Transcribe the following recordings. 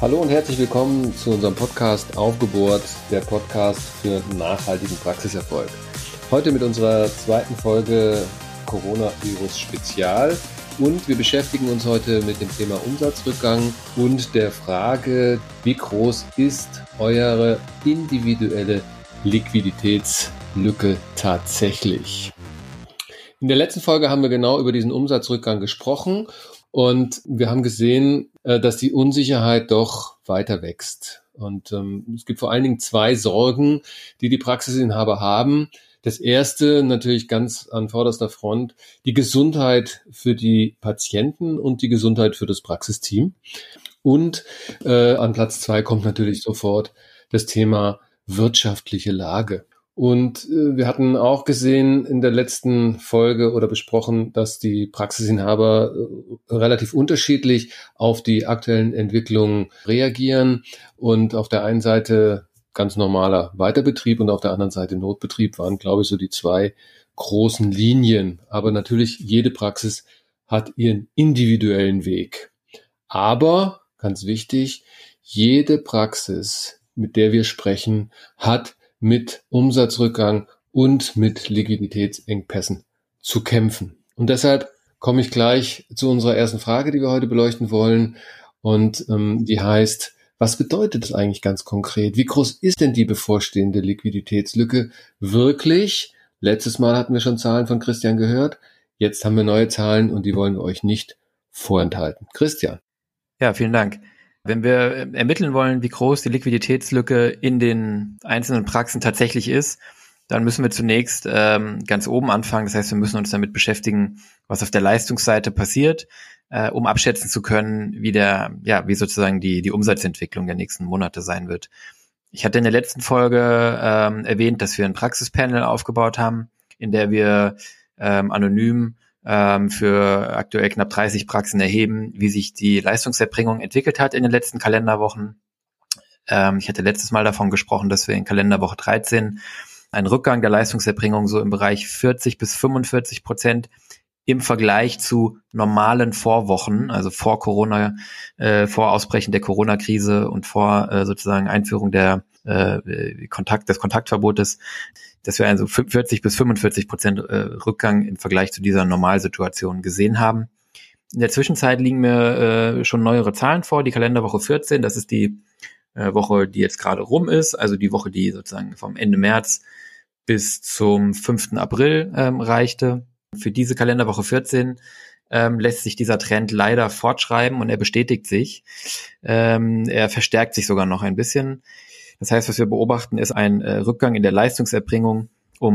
Hallo und herzlich willkommen zu unserem Podcast Aufgebohrt, der Podcast für nachhaltigen Praxiserfolg. Heute mit unserer zweiten Folge Coronavirus Spezial und wir beschäftigen uns heute mit dem Thema Umsatzrückgang und der Frage, wie groß ist eure individuelle Liquiditätslücke tatsächlich? In der letzten Folge haben wir genau über diesen Umsatzrückgang gesprochen und wir haben gesehen, dass die Unsicherheit doch weiter wächst. Und es gibt vor allen Dingen zwei Sorgen, die die Praxisinhaber haben. Das erste natürlich ganz an vorderster Front, die Gesundheit für die Patienten und die Gesundheit für das Praxisteam. Und an Platz 2 kommt natürlich sofort das Thema wirtschaftliche Lage. Und wir hatten auch gesehen in der letzten Folge oder besprochen, dass die Praxisinhaber relativ unterschiedlich auf die aktuellen Entwicklungen reagieren und auf der einen Seite ganz normaler Weiterbetrieb und auf der anderen Seite Notbetrieb waren, glaube ich, so die zwei großen Linien. Aber natürlich, jede Praxis hat ihren individuellen Weg. Aber, ganz wichtig, jede Praxis, mit der wir sprechen, hat mit Umsatzrückgang und mit Liquiditätsengpässen zu kämpfen. Und deshalb komme ich gleich zu unserer ersten Frage, die wir heute beleuchten wollen. Und die heißt, was bedeutet das eigentlich ganz konkret? Wie groß ist denn die bevorstehende Liquiditätslücke wirklich? Letztes Mal hatten wir schon Zahlen von Christian gehört. Jetzt haben wir neue Zahlen und die wollen wir euch nicht vorenthalten. Christian. Ja, vielen Dank. Wenn wir ermitteln wollen, wie groß die Liquiditätslücke in den einzelnen Praxen tatsächlich ist, dann müssen wir zunächst ganz oben anfangen. Das heißt, wir müssen uns damit beschäftigen, was auf der Leistungsseite passiert, um abschätzen zu können, wie sozusagen die Umsatzentwicklung der nächsten Monate sein wird. Ich hatte in der letzten Folge erwähnt, dass wir ein Praxispanel aufgebaut haben, in der wir anonym für aktuell knapp 30 Praxen erheben, wie sich die Leistungserbringung entwickelt hat in den letzten Kalenderwochen. Ich hatte letztes Mal davon gesprochen, dass wir in Kalenderwoche 13 einen Rückgang der Leistungserbringung so im Bereich 40-45% im Vergleich zu normalen Vorwochen, also vor Corona, vor Ausbrechen der Corona-Krise und vor sozusagen Einführung des Kontaktverbotes, dass wir also 40-45% Rückgang im Vergleich zu dieser Normalsituation gesehen haben. In der Zwischenzeit liegen mir schon neuere Zahlen vor, die Kalenderwoche 14, das ist die Woche, die jetzt gerade rum ist, also die Woche, die sozusagen vom Ende März bis zum 5. April reichte. Für diese Kalenderwoche 14 lässt sich dieser Trend leider fortschreiben und er bestätigt sich. Er verstärkt sich sogar noch ein bisschen. Das heißt, was wir beobachten, ist ein Rückgang in der Leistungserbringung um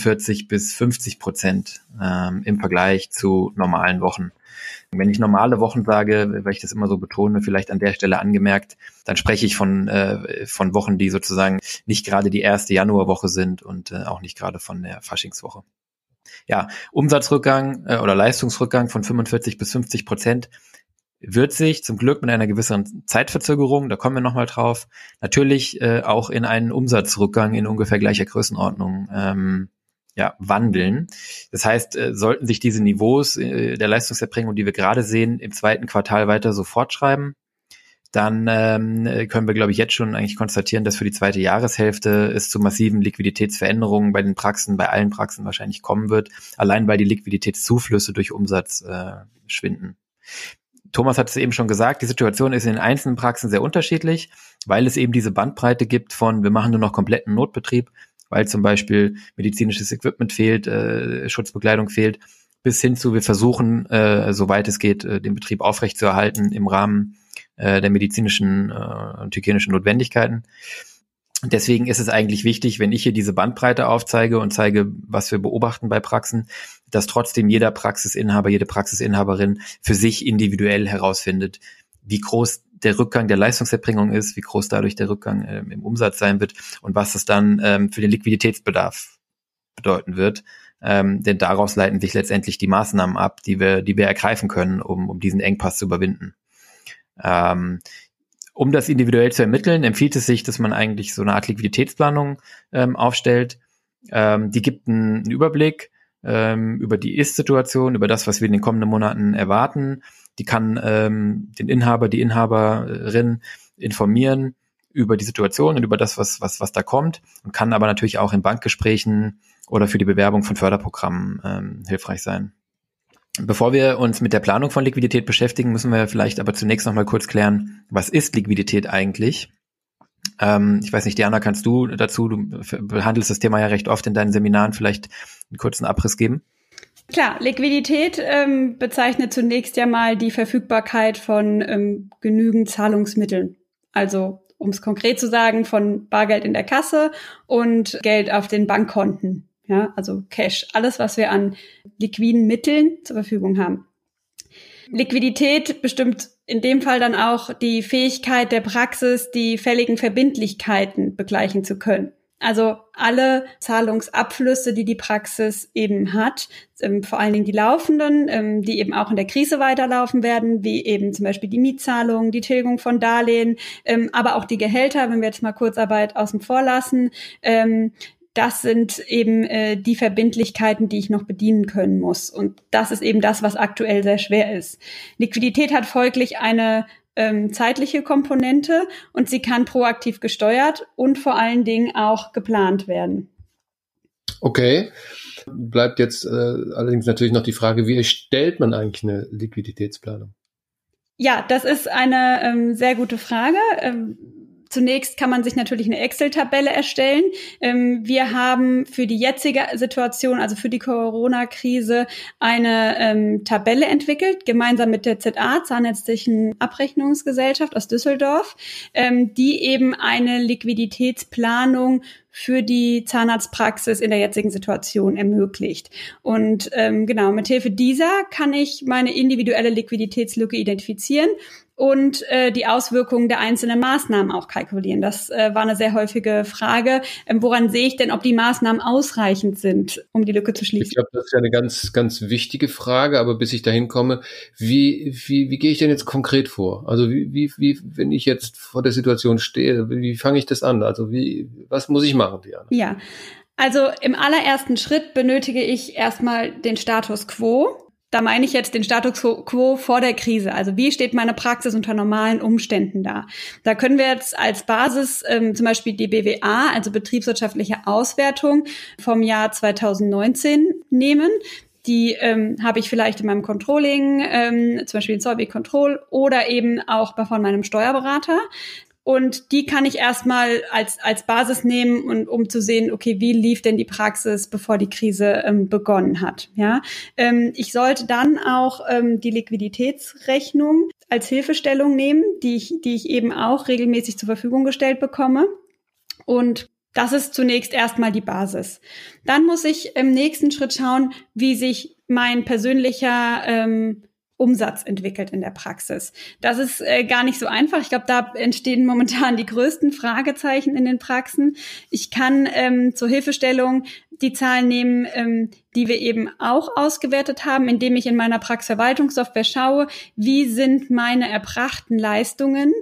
45-50% im Vergleich zu normalen Wochen. Wenn ich normale Wochen sage, weil ich das immer so betone, vielleicht an der Stelle angemerkt, dann spreche ich von Wochen, die sozusagen nicht gerade die erste Januarwoche sind und auch nicht gerade von der Faschingswoche. Ja, Umsatzrückgang oder Leistungsrückgang von 45-50% wird sich zum Glück mit einer gewissen Zeitverzögerung, da kommen wir nochmal drauf, natürlich auch in einen Umsatzrückgang in ungefähr gleicher Größenordnung wandeln. Das heißt, sollten sich diese Niveaus der Leistungserbringung, die wir gerade sehen, im zweiten Quartal weiter so fortschreiben, dann können wir, glaube ich, jetzt schon eigentlich konstatieren, dass für die zweite Jahreshälfte es zu massiven Liquiditätsveränderungen bei den Praxen, bei allen Praxen wahrscheinlich kommen wird, allein weil die Liquiditätszuflüsse durch Umsatz schwinden. Thomas hat es eben schon gesagt, die Situation ist in den einzelnen Praxen sehr unterschiedlich, weil es eben diese Bandbreite gibt von, wir machen nur noch kompletten Notbetrieb, weil zum Beispiel medizinisches Equipment fehlt, Schutzbekleidung fehlt, bis hin zu, wir versuchen, soweit es geht, den Betrieb aufrechtzuerhalten im Rahmen der medizinischen und hygienischen Notwendigkeiten. Deswegen ist es eigentlich wichtig, wenn ich hier diese Bandbreite aufzeige und zeige, was wir beobachten bei Praxen, dass trotzdem jeder Praxisinhaber, jede Praxisinhaberin für sich individuell herausfindet, wie groß der Rückgang der Leistungserbringung ist, wie groß dadurch der Rückgang im Umsatz sein wird und was es dann für den Liquiditätsbedarf bedeuten wird. Denn daraus leiten sich letztendlich die Maßnahmen ab, die wir ergreifen können, um diesen Engpass zu überwinden. Um das individuell zu ermitteln, empfiehlt es sich, dass man eigentlich so eine Art Liquiditätsplanung aufstellt. Die gibt einen Überblick über die Ist-Situation, über das, was wir in den kommenden Monaten erwarten. Die kann den Inhaber, die Inhaberin informieren über die Situation und über das, was da kommt, und kann aber natürlich auch in Bankgesprächen oder für die Bewerbung von Förderprogrammen hilfreich sein. Bevor wir uns mit der Planung von Liquidität beschäftigen, müssen wir vielleicht aber zunächst noch mal kurz klären, was ist Liquidität eigentlich? Ich weiß nicht, Diana, kannst du dazu, du behandelst das Thema ja recht oft in deinen Seminaren, vielleicht einen kurzen Abriss geben? Klar, Liquidität bezeichnet zunächst ja mal die Verfügbarkeit von genügend Zahlungsmitteln. Also, um es konkret zu sagen, von Bargeld in der Kasse und Geld auf den Bankkonten. Ja, also Cash, alles, was wir an liquiden Mitteln zur Verfügung haben. Liquidität bestimmt in dem Fall dann auch die Fähigkeit der Praxis, die fälligen Verbindlichkeiten begleichen zu können. Also alle Zahlungsabflüsse, die die Praxis eben hat, vor allen Dingen die laufenden, die eben auch in der Krise weiterlaufen werden, wie eben zum Beispiel die Mietzahlung, die Tilgung von Darlehen, aber auch die Gehälter, wenn wir jetzt mal Kurzarbeit außen vor lassen, das sind eben die Verbindlichkeiten, die ich noch bedienen können muss. Und das ist eben das, was aktuell sehr schwer ist. Liquidität hat folglich eine zeitliche Komponente und sie kann proaktiv gesteuert und vor allen Dingen auch geplant werden. Okay. Bleibt jetzt allerdings natürlich noch die Frage, wie erstellt man eigentlich eine Liquiditätsplanung? Ja, das ist eine sehr gute Frage. Zunächst kann man sich natürlich eine Excel-Tabelle erstellen. Wir haben für die jetzige Situation, also für die Corona-Krise, eine Tabelle entwickelt, gemeinsam mit der ZA, Zahnärztlichen Abrechnungsgesellschaft aus Düsseldorf, die eben eine Liquiditätsplanung für die Zahnarztpraxis in der jetzigen Situation ermöglicht. Und genau, mithilfe dieser kann ich meine individuelle Liquiditätslücke identifizieren und die Auswirkungen der einzelnen Maßnahmen auch kalkulieren. Das war eine sehr häufige Frage. Woran sehe ich denn, ob die Maßnahmen ausreichend sind, um die Lücke zu schließen? Ich glaube, das ist ja eine ganz, ganz wichtige Frage, aber bis ich dahin komme, wie gehe ich denn jetzt konkret vor? Also wie, wenn ich jetzt vor der Situation stehe, wie fange ich das an? Also was muss ich machen, Diana? Ja, also im allerersten Schritt benötige ich erstmal den Status quo. Da meine ich jetzt den Status quo vor der Krise. Also wie steht meine Praxis unter normalen Umständen da? Da können wir jetzt als Basis zum Beispiel die BWA, also betriebswirtschaftliche Auswertung vom Jahr 2019 nehmen. Die habe ich vielleicht in meinem Controlling, zum Beispiel in Solvay Control oder eben auch von meinem Steuerberater. Und die kann ich erstmal als Basis nehmen, und um zu sehen, okay, wie lief denn die Praxis, bevor die Krise begonnen hat. Ja, ich sollte dann auch die Liquiditätsrechnung als Hilfestellung nehmen, die ich eben auch regelmäßig zur Verfügung gestellt bekomme. Und das ist zunächst erstmal die Basis. Dann muss ich im nächsten Schritt schauen, wie sich mein persönlicher Umsatz entwickelt in der Praxis. Das ist gar nicht so einfach. Ich glaube, da entstehen momentan die größten Fragezeichen in den Praxen. Ich kann zur Hilfestellung die Zahlen nehmen, die wir eben auch ausgewertet haben, indem ich in meiner Praxisverwaltungssoftware schaue, wie sind meine erbrachten Leistungen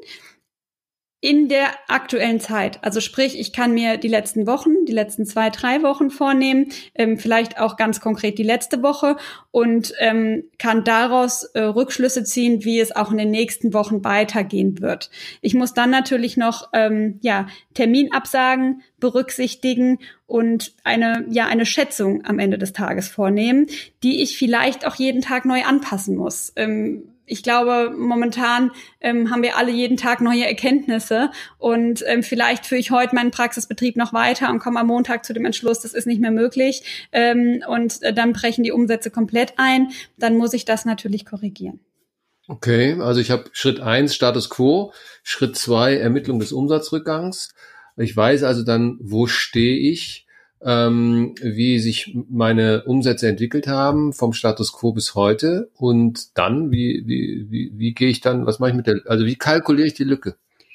in der aktuellen Zeit. Also sprich, ich kann mir die letzten 2, 3 Wochen vornehmen, vielleicht auch ganz konkret die letzte Woche und kann daraus Rückschlüsse ziehen, wie es auch in den nächsten Wochen weitergehen wird. Ich muss dann natürlich noch Terminabsagen berücksichtigen und eine Schätzung am Ende des Tages vornehmen, die ich vielleicht auch jeden Tag neu anpassen muss. Ich glaube, momentan haben wir alle jeden Tag neue Erkenntnisse und vielleicht führe ich heute meinen Praxisbetrieb noch weiter und komme am Montag zu dem Entschluss, das ist nicht mehr möglich und dann brechen die Umsätze komplett ein. Dann muss ich das natürlich korrigieren. Okay, also ich habe Schritt 1 Status Quo, Schritt 2 Ermittlung des Umsatzrückgangs. Ich weiß also dann, wo stehe ich, wie sich meine Umsätze entwickelt haben vom Status Quo bis heute und dann, wie gehe ich dann, was mache ich also wie kalkuliere ich die Lücke?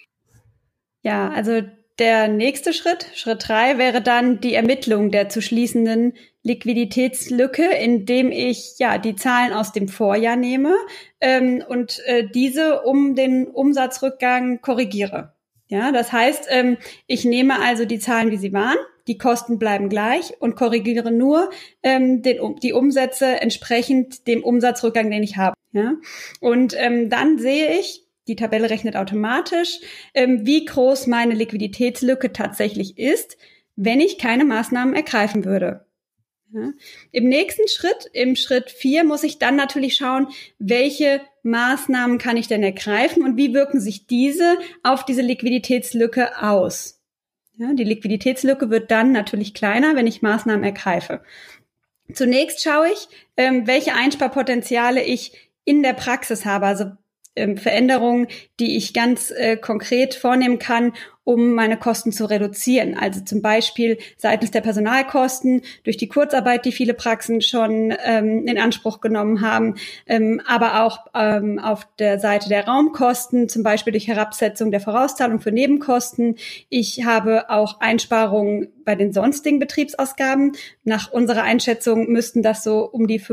Ja, also der nächste Schritt 3, wäre dann die Ermittlung der zu schließenden Liquiditätslücke, indem ich die Zahlen aus dem Vorjahr nehme und diese um den Umsatzrückgang korrigiere. Ja, das heißt, ich nehme also die Zahlen, wie sie waren, die Kosten bleiben gleich und korrigiere nur die Umsätze entsprechend dem Umsatzrückgang, den ich habe. Ja? Und dann sehe ich, die Tabelle rechnet automatisch, wie groß meine Liquiditätslücke tatsächlich ist, wenn ich keine Maßnahmen ergreifen würde. Ja. Im nächsten Schritt, im Schritt 4, muss ich dann natürlich schauen, welche Maßnahmen kann ich denn ergreifen und wie wirken sich diese auf diese Liquiditätslücke aus. Ja, die Liquiditätslücke wird dann natürlich kleiner, wenn ich Maßnahmen ergreife. Zunächst schaue ich, welche Einsparpotenziale ich in der Praxis habe, also Veränderungen, die ich ganz konkret vornehmen kann, um meine Kosten zu reduzieren. Also zum Beispiel seitens der Personalkosten durch die Kurzarbeit, die viele Praxen schon in Anspruch genommen haben, aber auch auf der Seite der Raumkosten, zum Beispiel durch Herabsetzung der Vorauszahlung für Nebenkosten. Ich habe auch Einsparungen bei den sonstigen Betriebsausgaben. Nach unserer Einschätzung müssten das so um die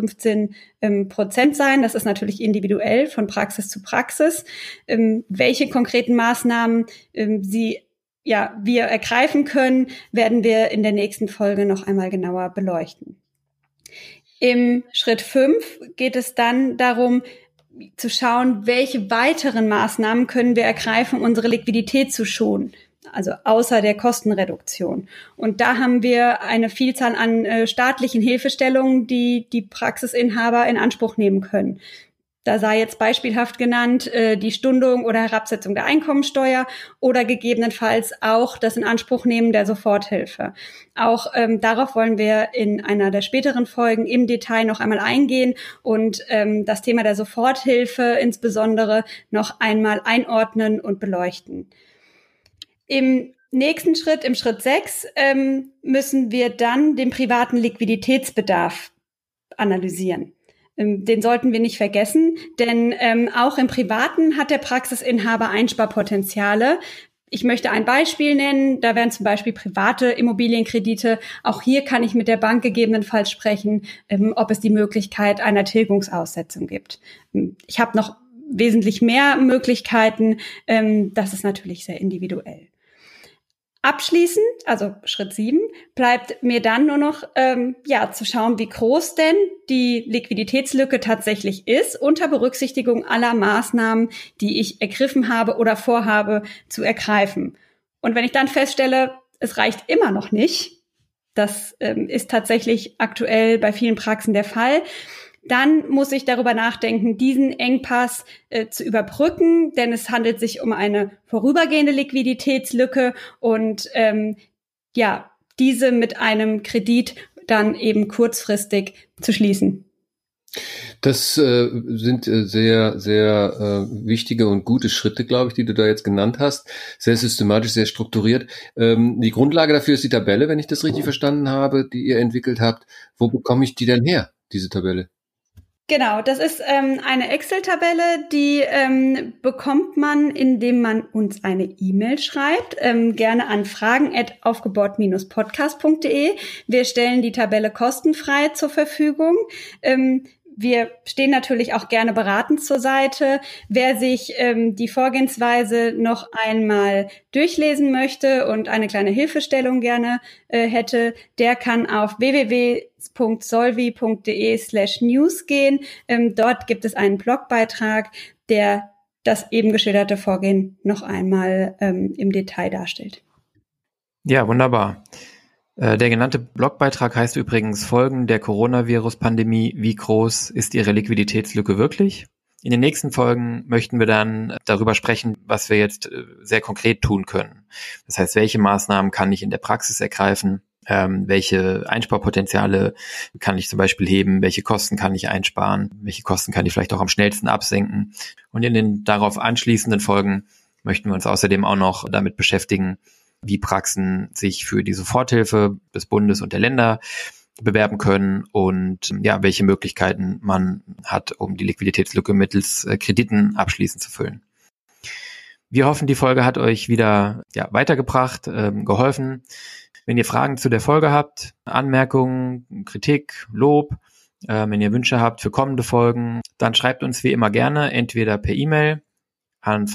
15% sein. Das ist natürlich individuell von Praxis zu Praxis. Welche konkreten Maßnahmen wir ergreifen können, werden wir in der nächsten Folge noch einmal genauer beleuchten. Im Schritt 5 geht es dann darum, zu schauen, welche weiteren Maßnahmen können wir ergreifen, um unsere Liquidität zu schonen, also außer der Kostenreduktion. Und da haben wir eine Vielzahl an staatlichen Hilfestellungen, die die Praxisinhaber in Anspruch nehmen können. Da sei jetzt beispielhaft genannt die Stundung oder Herabsetzung der Einkommensteuer oder gegebenenfalls auch das Inanspruchnehmen der Soforthilfe. Auch darauf wollen wir in einer der späteren Folgen im Detail noch einmal eingehen und das Thema der Soforthilfe insbesondere noch einmal einordnen und beleuchten. Im nächsten Schritt, im Schritt 6, müssen wir dann den privaten Liquiditätsbedarf analysieren. Den sollten wir nicht vergessen, denn auch im Privaten hat der Praxisinhaber Einsparpotenziale. Ich möchte ein Beispiel nennen, da wären zum Beispiel private Immobilienkredite. Auch hier kann ich mit der Bank gegebenenfalls sprechen, ob es die Möglichkeit einer Tilgungsaussetzung gibt. Ich habe noch wesentlich mehr Möglichkeiten, das ist natürlich sehr individuell. Abschließend, also Schritt 7, bleibt mir dann nur noch zu schauen, wie groß denn die Liquiditätslücke tatsächlich ist, unter Berücksichtigung aller Maßnahmen, die ich ergriffen habe oder vorhabe zu ergreifen. Und wenn ich dann feststelle, es reicht immer noch nicht, das ist tatsächlich aktuell bei vielen Praxen der Fall, dann muss ich darüber nachdenken, diesen Engpass zu überbrücken, denn es handelt sich um eine vorübergehende Liquiditätslücke und diese mit einem Kredit dann eben kurzfristig zu schließen. Das sind sehr, sehr wichtige und gute Schritte, glaube ich, die du da jetzt genannt hast. Sehr systematisch, sehr strukturiert. Die Grundlage dafür ist die Tabelle, wenn ich das richtig verstanden habe, die ihr entwickelt habt. Wo bekomme ich die denn her, diese Tabelle? Genau, das ist eine Excel-Tabelle, die bekommt man, indem man uns eine E-Mail schreibt, gerne an fragen@aufgebaut-podcast.de. Wir stellen die Tabelle kostenfrei zur Verfügung. Wir stehen natürlich auch gerne beratend zur Seite. Wer sich die Vorgehensweise noch einmal durchlesen möchte und eine kleine Hilfestellung gerne hätte, der kann auf www.solvi.de/news gehen. Dort gibt es einen Blogbeitrag, der das eben geschilderte Vorgehen noch einmal im Detail darstellt. Ja, wunderbar. Der genannte Blogbeitrag heißt übrigens Folgen der Coronavirus-Pandemie. Wie groß ist Ihre Liquiditätslücke wirklich? In den nächsten Folgen möchten wir dann darüber sprechen, was wir jetzt sehr konkret tun können. Das heißt, welche Maßnahmen kann ich in der Praxis ergreifen? Welche Einsparpotenziale kann ich zum Beispiel heben? Welche Kosten kann ich einsparen? Welche Kosten kann ich vielleicht auch am schnellsten absenken? Und in den darauf anschließenden Folgen möchten wir uns außerdem auch noch damit beschäftigen, wie Praxen sich für die Soforthilfe des Bundes und der Länder bewerben können und welche Möglichkeiten man hat, um die Liquiditätslücke mittels Krediten abschließend zu füllen. Wir hoffen, die Folge hat euch wieder weitergebracht, geholfen. Wenn ihr Fragen zu der Folge habt, Anmerkungen, Kritik, Lob, wenn ihr Wünsche habt für kommende Folgen, dann schreibt uns wie immer gerne entweder per E-Mail an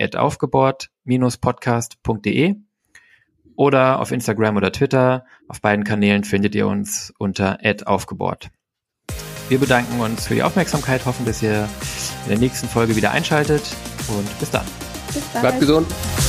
fragen@aufgebaut-podcast.de oder auf Instagram oder Twitter. Auf beiden Kanälen findet ihr uns unter @aufgebaut. Wir bedanken uns für die Aufmerksamkeit, hoffen, dass ihr in der nächsten Folge wieder einschaltet. und bis dann. Bis bald. Bleibt gesund.